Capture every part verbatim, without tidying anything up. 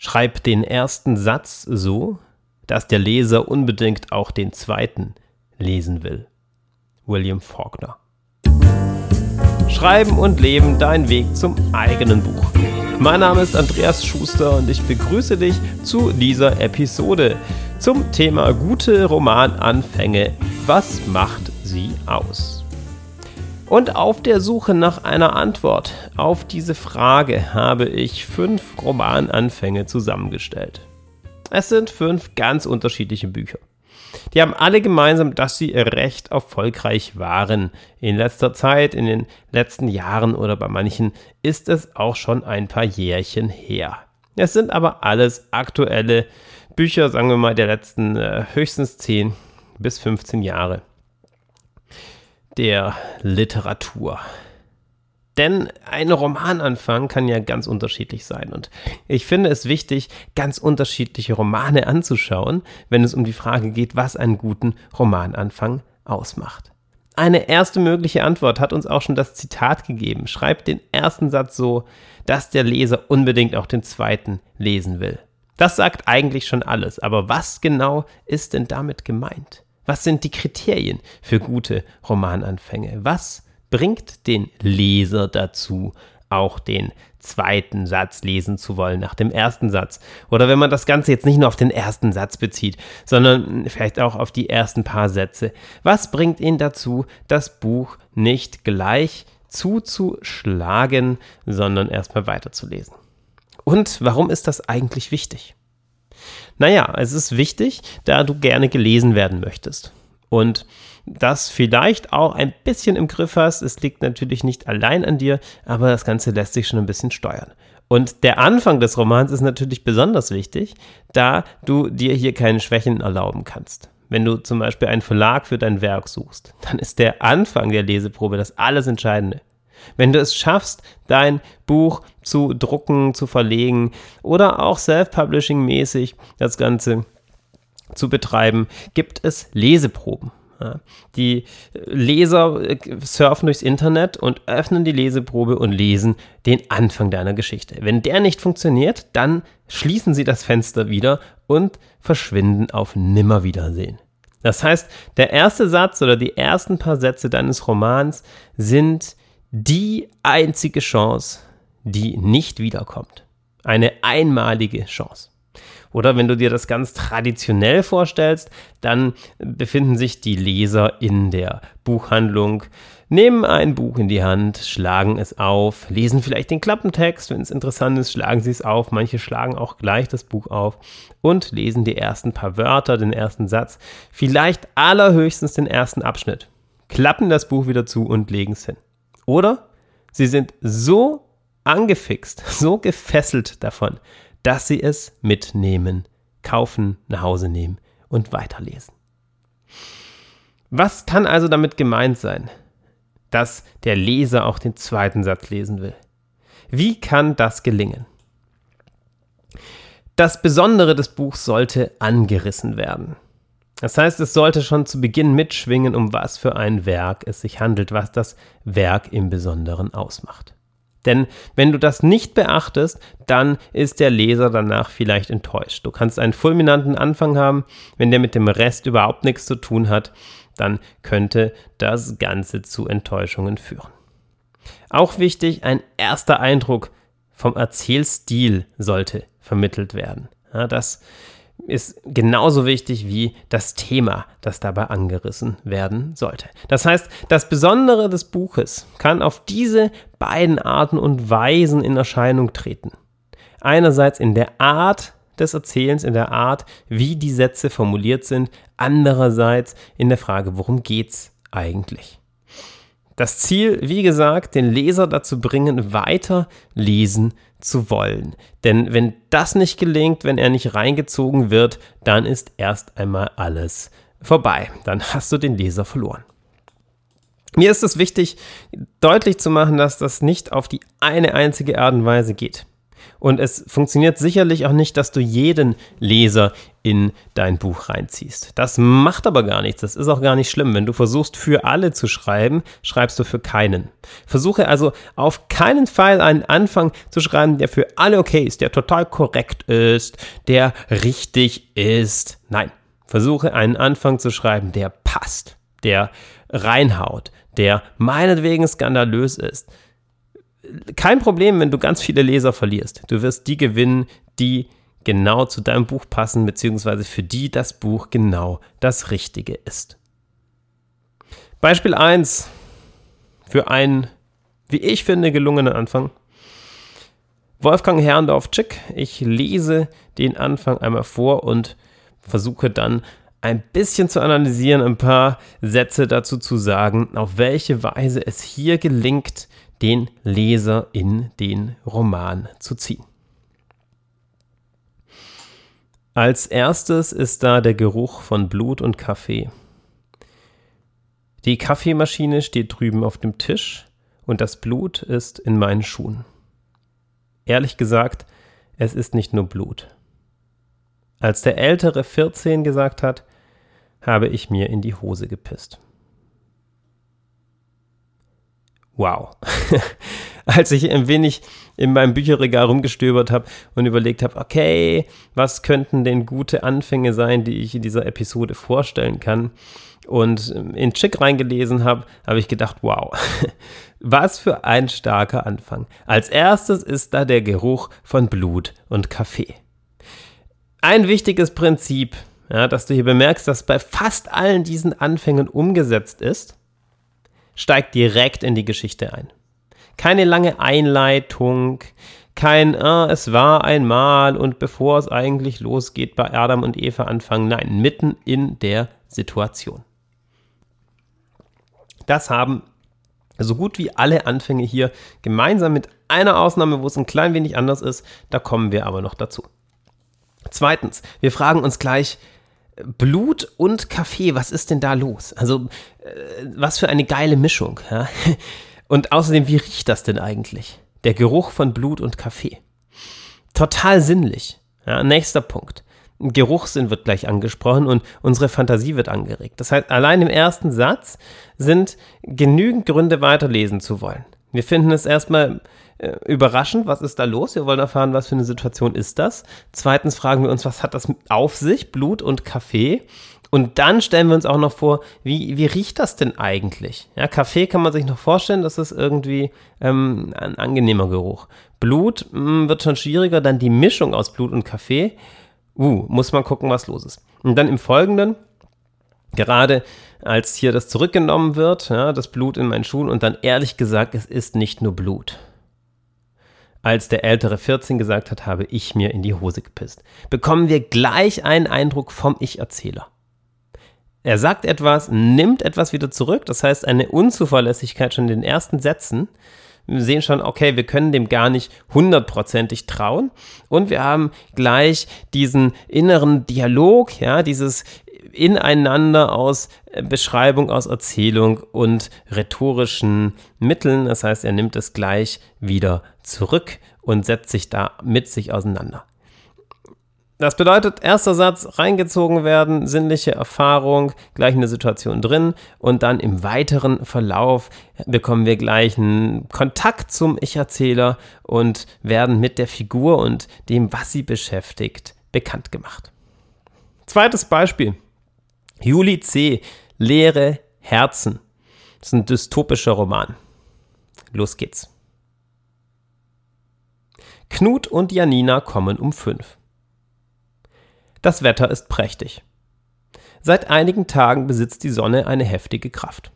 Schreib den ersten Satz so, dass der Leser unbedingt auch den zweiten lesen will. William Faulkner. Schreiben und Leben, dein Weg zum eigenen Buch. Mein Name ist Andreas Schuster und ich begrüße dich zu dieser Episode zum Thema gute Romananfänge. Was macht sie aus? Und auf der Suche nach einer Antwort auf diese Frage habe ich fünf Romananfänge zusammengestellt. Es sind fünf ganz unterschiedliche Bücher. Die haben alle gemeinsam, dass sie recht erfolgreich waren. In letzter Zeit, in den letzten Jahren oder bei manchen ist es auch schon ein paar Jährchen her. Es sind aber alles aktuelle Bücher, sagen wir mal, der letzten äh, höchstens zehn bis fünfzehn Jahre der Literatur. Denn ein Romananfang kann ja ganz unterschiedlich sein und ich finde es wichtig, ganz unterschiedliche Romane anzuschauen, wenn es um die Frage geht, was einen guten Romananfang ausmacht. Eine erste mögliche Antwort hat uns auch schon das Zitat gegeben. Schreibt den ersten Satz so, dass der Leser unbedingt auch den zweiten lesen will. Das sagt eigentlich schon alles, aber was genau ist denn damit gemeint? Was sind die Kriterien für gute Romananfänge? Was bringt den Leser dazu, auch den zweiten Satz lesen zu wollen nach dem ersten Satz? Oder wenn man das Ganze jetzt nicht nur auf den ersten Satz bezieht, sondern vielleicht auch auf die ersten paar Sätze. Was bringt ihn dazu, das Buch nicht gleich zuzuschlagen, sondern erstmal weiterzulesen? Und warum ist das eigentlich wichtig? Naja, es ist wichtig, da du gerne gelesen werden möchtest. Und das vielleicht auch ein bisschen im Griff hast. Es liegt natürlich nicht allein an dir, aber das Ganze lässt sich schon ein bisschen steuern. Und der Anfang des Romans ist natürlich besonders wichtig, da du dir hier keine Schwächen erlauben kannst. Wenn du zum Beispiel einen Verlag für dein Werk suchst, dann ist der Anfang der Leseprobe das alles Entscheidende. Wenn du es schaffst, dein Buch zu drucken, zu verlegen oder auch Self-Publishing-mäßig das Ganze zu betreiben, gibt es Leseproben. Ja, die Leser surfen durchs Internet und öffnen die Leseprobe und lesen den Anfang deiner Geschichte. Wenn der nicht funktioniert, dann schließen sie das Fenster wieder und verschwinden auf Nimmerwiedersehen. Das heißt, der erste Satz oder die ersten paar Sätze deines Romans sind die einzige Chance, die nicht wiederkommt. Eine einmalige Chance. Oder wenn du dir das ganz traditionell vorstellst, dann befinden sich die Leser in der Buchhandlung, nehmen ein Buch in die Hand, schlagen es auf, lesen vielleicht den Klappentext, wenn es interessant ist, schlagen sie es auf, manche schlagen auch gleich das Buch auf und lesen die ersten paar Wörter, den ersten Satz, vielleicht allerhöchstens den ersten Abschnitt, klappen das Buch wieder zu und legen es hin. Oder sie sind so angefixt, so gefesselt davon, dass sie es mitnehmen, kaufen, nach Hause nehmen und weiterlesen. Was kann also damit gemeint sein, dass der Leser auch den zweiten Satz lesen will? Wie kann das gelingen? Das Besondere des Buchs sollte angerissen werden. Das heißt, es sollte schon zu Beginn mitschwingen, um was für ein Werk es sich handelt, was das Werk im Besonderen ausmacht. Denn wenn du das nicht beachtest, dann ist der Leser danach vielleicht enttäuscht. Du kannst einen fulminanten Anfang haben, wenn der mit dem Rest überhaupt nichts zu tun hat, dann könnte das Ganze zu Enttäuschungen führen. Auch wichtig, ein erster Eindruck vom Erzählstil sollte vermittelt werden. Ja, das ist genauso wichtig wie das Thema, das dabei angerissen werden sollte. Das heißt, das Besondere des Buches kann auf diese beiden Arten und Weisen in Erscheinung treten. Einerseits in der Art des Erzählens, in der Art, wie die Sätze formuliert sind, andererseits in der Frage, worum geht's eigentlich? Das Ziel, wie gesagt, den Leser dazu bringen, weiter lesen zu wollen. Denn wenn das nicht gelingt, wenn er nicht reingezogen wird, dann ist erst einmal alles vorbei. Dann hast du den Leser verloren. Mir ist es wichtig, deutlich zu machen, dass das nicht auf die eine einzige Art und Weise geht. Und es funktioniert sicherlich auch nicht, dass du jeden Leser in dein Buch reinziehst. Das macht aber gar nichts. Das ist auch gar nicht schlimm. Wenn du versuchst, für alle zu schreiben, schreibst du für keinen. Versuche also auf keinen Fall einen Anfang zu schreiben, der für alle okay ist, der total korrekt ist, der richtig ist. Nein, versuche einen Anfang zu schreiben, der passt, der reinhaut, der meinetwegen skandalös ist. Kein Problem, wenn du ganz viele Leser verlierst. Du wirst die gewinnen, die genau zu deinem Buch passen, beziehungsweise für die das Buch genau das Richtige ist. Beispiel eins für einen, wie ich finde, gelungenen Anfang. Wolfgang Herrndorf-Tschick. Ich lese den Anfang einmal vor und versuche dann ein bisschen zu analysieren, ein paar Sätze dazu zu sagen, auf welche Weise es hier gelingt, den Leser in den Roman zu ziehen. Als erstes ist da der Geruch von Blut und Kaffee. Die Kaffeemaschine steht drüben auf dem Tisch und das Blut ist in meinen Schuhen. Ehrlich gesagt, es ist nicht nur Blut. Als der ältere vierzehn gesagt hat, habe ich mir in die Hose gepisst. Wow. Als ich ein wenig in meinem Bücherregal rumgestöbert habe und überlegt habe, okay, was könnten denn gute Anfänge sein, die ich in dieser Episode vorstellen kann, und in Tschick reingelesen habe, habe ich gedacht, wow, was für ein starker Anfang. Als erstes ist da der Geruch von Blut und Kaffee. Ein wichtiges Prinzip, ja, dass du hier bemerkst, dass bei fast allen diesen Anfängen umgesetzt ist, steigt direkt in die Geschichte ein. Keine lange Einleitung, kein ah, es war einmal und bevor es eigentlich losgeht bei Adam und Eva anfangen. Nein, mitten in der Situation. Das haben so gut wie alle Anfänge hier gemeinsam, mit einer Ausnahme, wo es ein klein wenig anders ist. Da kommen wir aber noch dazu. Zweitens, wir fragen uns gleich, Blut und Kaffee, was ist denn da los? Also, äh, was für eine geile Mischung. Ja? Und außerdem, wie riecht das denn eigentlich? Der Geruch von Blut und Kaffee. Total sinnlich. Ja, nächster Punkt. Geruchssinn wird gleich angesprochen und unsere Fantasie wird angeregt. Das heißt, allein im ersten Satz sind genügend Gründe, weiterlesen zu wollen. Wir finden es erstmal äh, überraschend, was ist da los? Wir wollen erfahren, was für eine Situation ist das. Zweitens fragen wir uns, was hat das auf sich, Blut und Kaffee? Und dann stellen wir uns auch noch vor, wie, wie riecht das denn eigentlich? Ja, Kaffee kann man sich noch vorstellen, das ist irgendwie ähm, ein angenehmer Geruch. Blut mh, wird schon schwieriger, dann die Mischung aus Blut und Kaffee. Uh, muss man gucken, was los ist. Und dann im Folgenden, gerade als hier das zurückgenommen wird, ja, das Blut in meinen Schuhen, und dann ehrlich gesagt, es ist nicht nur Blut. Als der ältere vierzehn gesagt hat, habe ich mir in die Hose gepisst. Bekommen wir gleich einen Eindruck vom Ich-Erzähler. Er sagt etwas, nimmt etwas wieder zurück, das heißt eine Unzuverlässigkeit schon in den ersten Sätzen. Wir sehen schon, okay, wir können dem gar nicht hundertprozentig trauen, und wir haben gleich diesen inneren Dialog, ja, dieses Ineinander aus Beschreibung, aus Erzählung und rhetorischen Mitteln. Das heißt, er nimmt es gleich wieder zurück und setzt sich da mit sich auseinander. Das bedeutet, erster Satz, reingezogen werden, sinnliche Erfahrung, gleich eine Situation drin, und dann im weiteren Verlauf bekommen wir gleich einen Kontakt zum Ich-Erzähler und werden mit der Figur und dem, was sie beschäftigt, bekannt gemacht. Zweites Beispiel. Juli C., Leere Herzen. Das ist ein dystopischer Roman. Los geht's. Knut und Janina kommen um fünf. Das Wetter ist prächtig. Seit einigen Tagen besitzt die Sonne eine heftige Kraft.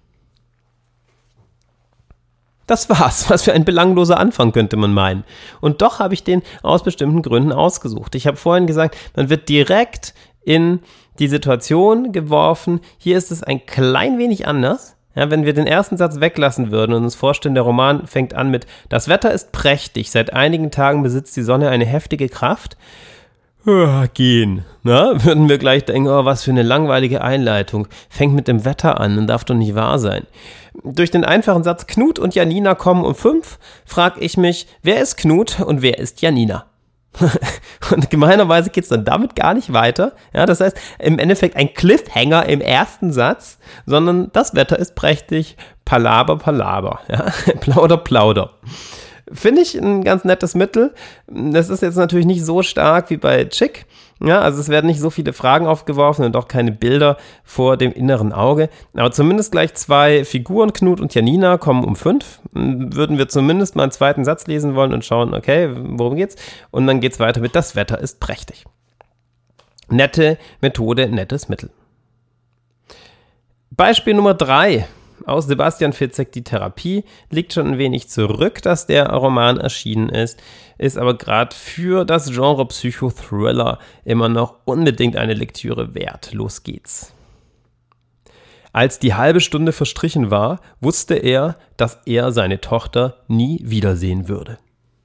Das war's. Was für ein belangloser Anfang, könnte man meinen. Und doch habe ich den aus bestimmten Gründen ausgesucht. Ich habe vorhin gesagt, man wird direkt in die Situation geworfen. Hier ist es ein klein wenig anders. Ja, wenn wir den ersten Satz weglassen würden und uns vorstellen, der Roman fängt an mit: Das Wetter ist prächtig. Seit einigen Tagen besitzt die Sonne eine heftige Kraft. uh, gehen. Na, würden wir gleich denken, oh, was für eine langweilige Einleitung. Fängt mit dem Wetter an und darf doch nicht wahr sein. Durch den einfachen Satz Knut und Janina kommen um fünf, frage ich mich, wer ist Knut und wer ist Janina? Und gemeinerweise geht es dann damit gar nicht weiter. Ja, das heißt, im Endeffekt ein Cliffhanger im ersten Satz, sondern das Wetter ist prächtig, Palaber, Palaber, ja, Plauder, Plauder. Finde ich ein ganz nettes Mittel. Das ist jetzt natürlich nicht so stark wie bei Chick. Ja, also es werden nicht so viele Fragen aufgeworfen und auch keine Bilder vor dem inneren Auge. Aber zumindest gleich zwei Figuren, Knut und Janina, kommen um fünf. Würden wir zumindest mal einen zweiten Satz lesen wollen und schauen, okay, worum geht's? Und dann geht's weiter mit das Wetter ist prächtig. Nette Methode, nettes Mittel. Beispiel Nummer drei. Aus Sebastian Fitzek, die Therapie, liegt schon ein wenig zurück, dass der Roman erschienen ist, ist aber gerade für das Genre Psychothriller immer noch unbedingt eine Lektüre wert. Los geht's. Als die halbe Stunde verstrichen war, wusste er, dass er seine Tochter nie wiedersehen würde.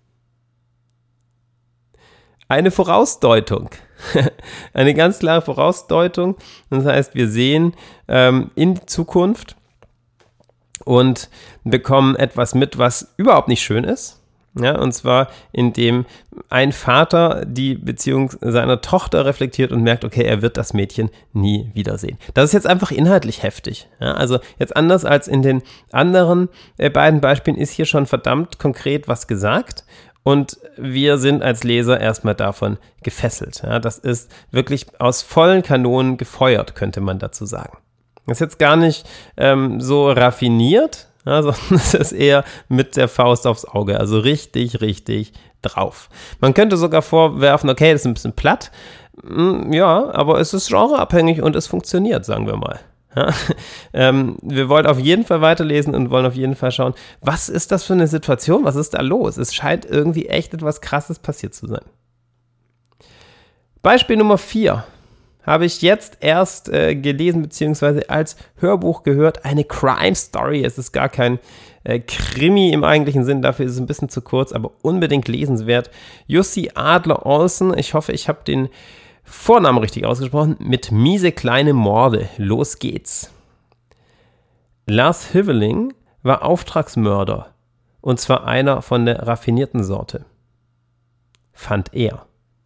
Eine Vorausdeutung. Eine ganz klare Vorausdeutung. Das heißt, wir sehen ähm, in die Zukunft und bekommen etwas mit, was überhaupt nicht schön ist. Ja, und zwar, indem ein Vater die Beziehung seiner Tochter reflektiert und merkt, okay, er wird das Mädchen nie wiedersehen. Das ist jetzt einfach inhaltlich heftig. Ja, also jetzt anders als in den anderen äh, beiden Beispielen ist hier schon verdammt konkret was gesagt. Und wir sind als Leser erstmal davon gefesselt. Ja, das ist wirklich aus vollen Kanonen gefeuert, könnte man dazu sagen. Das ist jetzt gar nicht ähm, so raffiniert, ja, sondern es ist eher mit der Faust aufs Auge, also richtig, richtig drauf. Man könnte sogar vorwerfen, okay, das ist ein bisschen platt, ja, aber es ist genreabhängig und es funktioniert, sagen wir mal. Ja, ähm, wir wollen auf jeden Fall weiterlesen und wollen auf jeden Fall schauen, was ist das für eine Situation, was ist da los? Es scheint irgendwie echt etwas Krasses passiert zu sein. Beispiel Nummer vier. Habe ich jetzt erst äh, gelesen, beziehungsweise als Hörbuch gehört, eine Crime Story. Es ist gar kein äh, Krimi im eigentlichen Sinn, dafür ist es ein bisschen zu kurz, aber unbedingt lesenswert. Jussi Adler-Olsen, ich hoffe, ich habe den Vornamen richtig ausgesprochen, mit Miese kleine Morde. Los geht's. Lars Hüveling war Auftragsmörder, und zwar einer von der raffinierten Sorte. Fand er.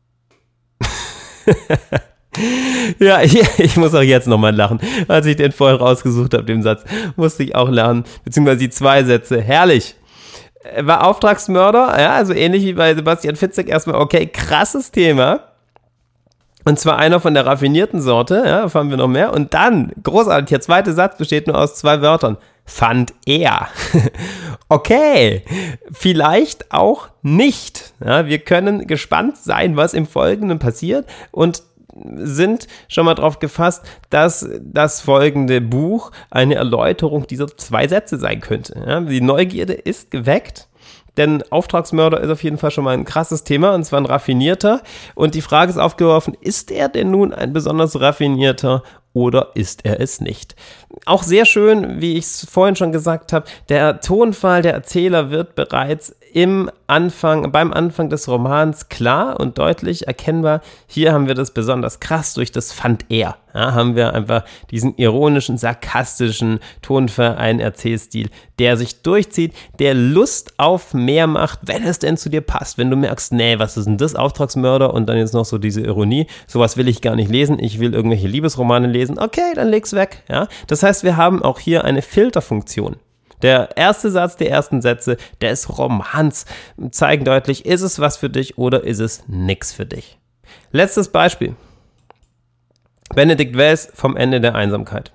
Ja, ich, ich muss auch jetzt nochmal lachen. Als ich den vorher rausgesucht habe, den Satz, musste ich auch lachen. Beziehungsweise die zwei Sätze. Herrlich. Er war Auftragsmörder, ja, also ähnlich wie bei Sebastian Fitzek. Erstmal, okay, krasses Thema. Und zwar einer von der raffinierten Sorte, ja, erfahren wir noch mehr. Und dann, großartig, der zweite Satz besteht nur aus zwei Wörtern. Fand er. Okay, vielleicht auch nicht. Ja, wir können gespannt sein, was im Folgenden passiert und sind schon mal drauf gefasst, dass das folgende Buch eine Erläuterung dieser zwei Sätze sein könnte. Ja, die Neugierde ist geweckt, denn Auftragsmörder ist auf jeden Fall schon mal ein krasses Thema, und zwar ein raffinierter. Und die Frage ist aufgeworfen, ist er denn nun ein besonders raffinierter oder ist er es nicht? Auch sehr schön, wie ich es vorhin schon gesagt habe, der Tonfall der Erzähler wird bereits im Anfang, beim Anfang des Romans klar und deutlich erkennbar. Hier haben wir das besonders krass durch das fand er. Ja, haben wir einfach diesen ironischen, sarkastischen Tonfall, einen Erzählstil, der sich durchzieht, der Lust auf mehr macht, wenn es denn zu dir passt. Wenn du merkst, nee, was ist denn das, Auftragsmörder? Und dann jetzt noch so diese Ironie, sowas will ich gar nicht lesen, ich will irgendwelche Liebesromane lesen. Okay, dann leg's weg. Ja? Das heißt, wir haben auch hier eine Filterfunktion. Der erste Satz, die ersten Sätze des Romans zeigen deutlich, ist es was für dich oder ist es nix für dich. Letztes Beispiel. Benedikt Wells vom Ende der Einsamkeit.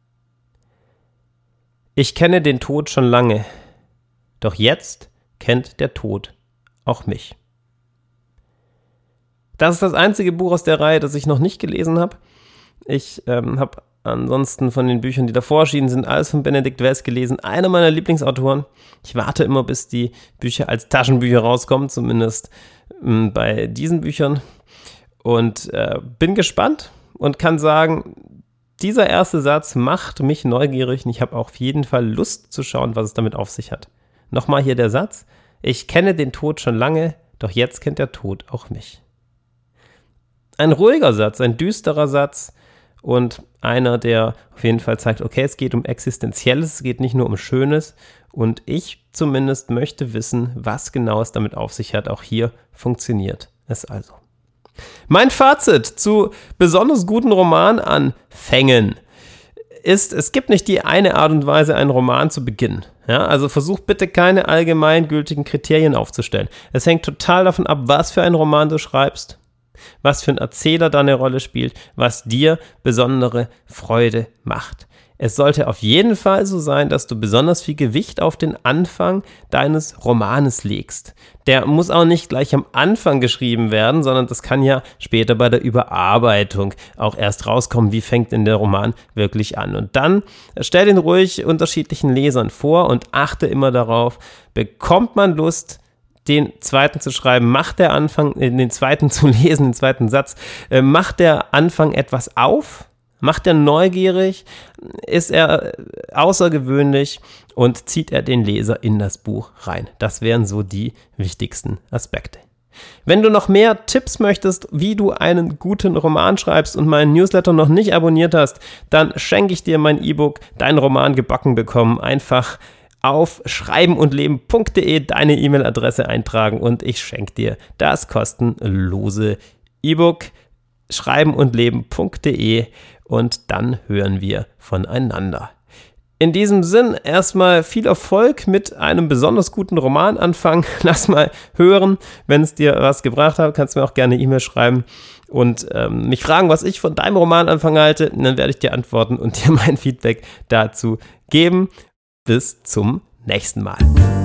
Ich kenne den Tod schon lange, doch jetzt kennt der Tod auch mich. Das ist das einzige Buch aus der Reihe, das ich noch nicht gelesen habe. Ich ähm, habe ansonsten von den Büchern, die davor erschienen sind, alles von Benedikt Wells gelesen. Einer meiner Lieblingsautoren. Ich warte immer, bis die Bücher als Taschenbücher rauskommen, zumindest ähm, bei diesen Büchern. Und äh, bin gespannt und kann sagen, dieser erste Satz macht mich neugierig und ich habe auf jeden Fall Lust zu schauen, was es damit auf sich hat. Nochmal hier der Satz. Ich kenne den Tod schon lange, doch jetzt kennt der Tod auch mich. ein ruhiger Satz, ein düsterer Satz und einer, der auf jeden Fall zeigt, okay, es geht um Existenzielles, es geht nicht nur um Schönes und ich zumindest möchte wissen, was genau es damit auf sich hat. Auch hier funktioniert es also. Mein Fazit zu besonders guten Romananfängen ist, es gibt nicht die eine Art und Weise, einen Roman zu beginnen. Ja, also versuch bitte keine allgemeingültigen Kriterien aufzustellen. Es hängt total davon ab, was für einen Roman du schreibst, was für ein Erzähler da eine Rolle spielt, was dir besondere Freude macht. Es sollte auf jeden Fall so sein, dass du besonders viel Gewicht auf den Anfang deines Romanes legst. Der muss auch nicht gleich am Anfang geschrieben werden, sondern das kann ja später bei der Überarbeitung auch erst rauskommen, wie fängt denn der Roman wirklich an. Und dann stell den ruhig unterschiedlichen Lesern vor und achte immer darauf, bekommt man Lust, den zweiten zu schreiben, macht der Anfang, den zweiten zu lesen, den zweiten Satz, äh, macht der Anfang etwas auf? Macht er neugierig? Ist er außergewöhnlich? Und zieht er den Leser in das Buch rein? Das wären so die wichtigsten Aspekte. Wenn du noch mehr Tipps möchtest, wie du einen guten Roman schreibst und meinen Newsletter noch nicht abonniert hast, dann schenke ich dir mein E-Book, deinen Roman gebacken bekommen. Einfach auf schreibenundleben punkt de deine E-Mail-Adresse eintragen und ich schenke dir das kostenlose E-Book schreibenundleben punkt de und dann hören wir voneinander. In diesem Sinn erstmal viel Erfolg mit einem besonders guten Romananfang. Lass mal hören, wenn es dir was gebracht hat, kannst du mir auch gerne E-Mail schreiben und ähm, mich fragen, was ich von deinem Romananfang halte. Und dann werde ich dir antworten und dir mein Feedback dazu geben. Bis zum nächsten Mal.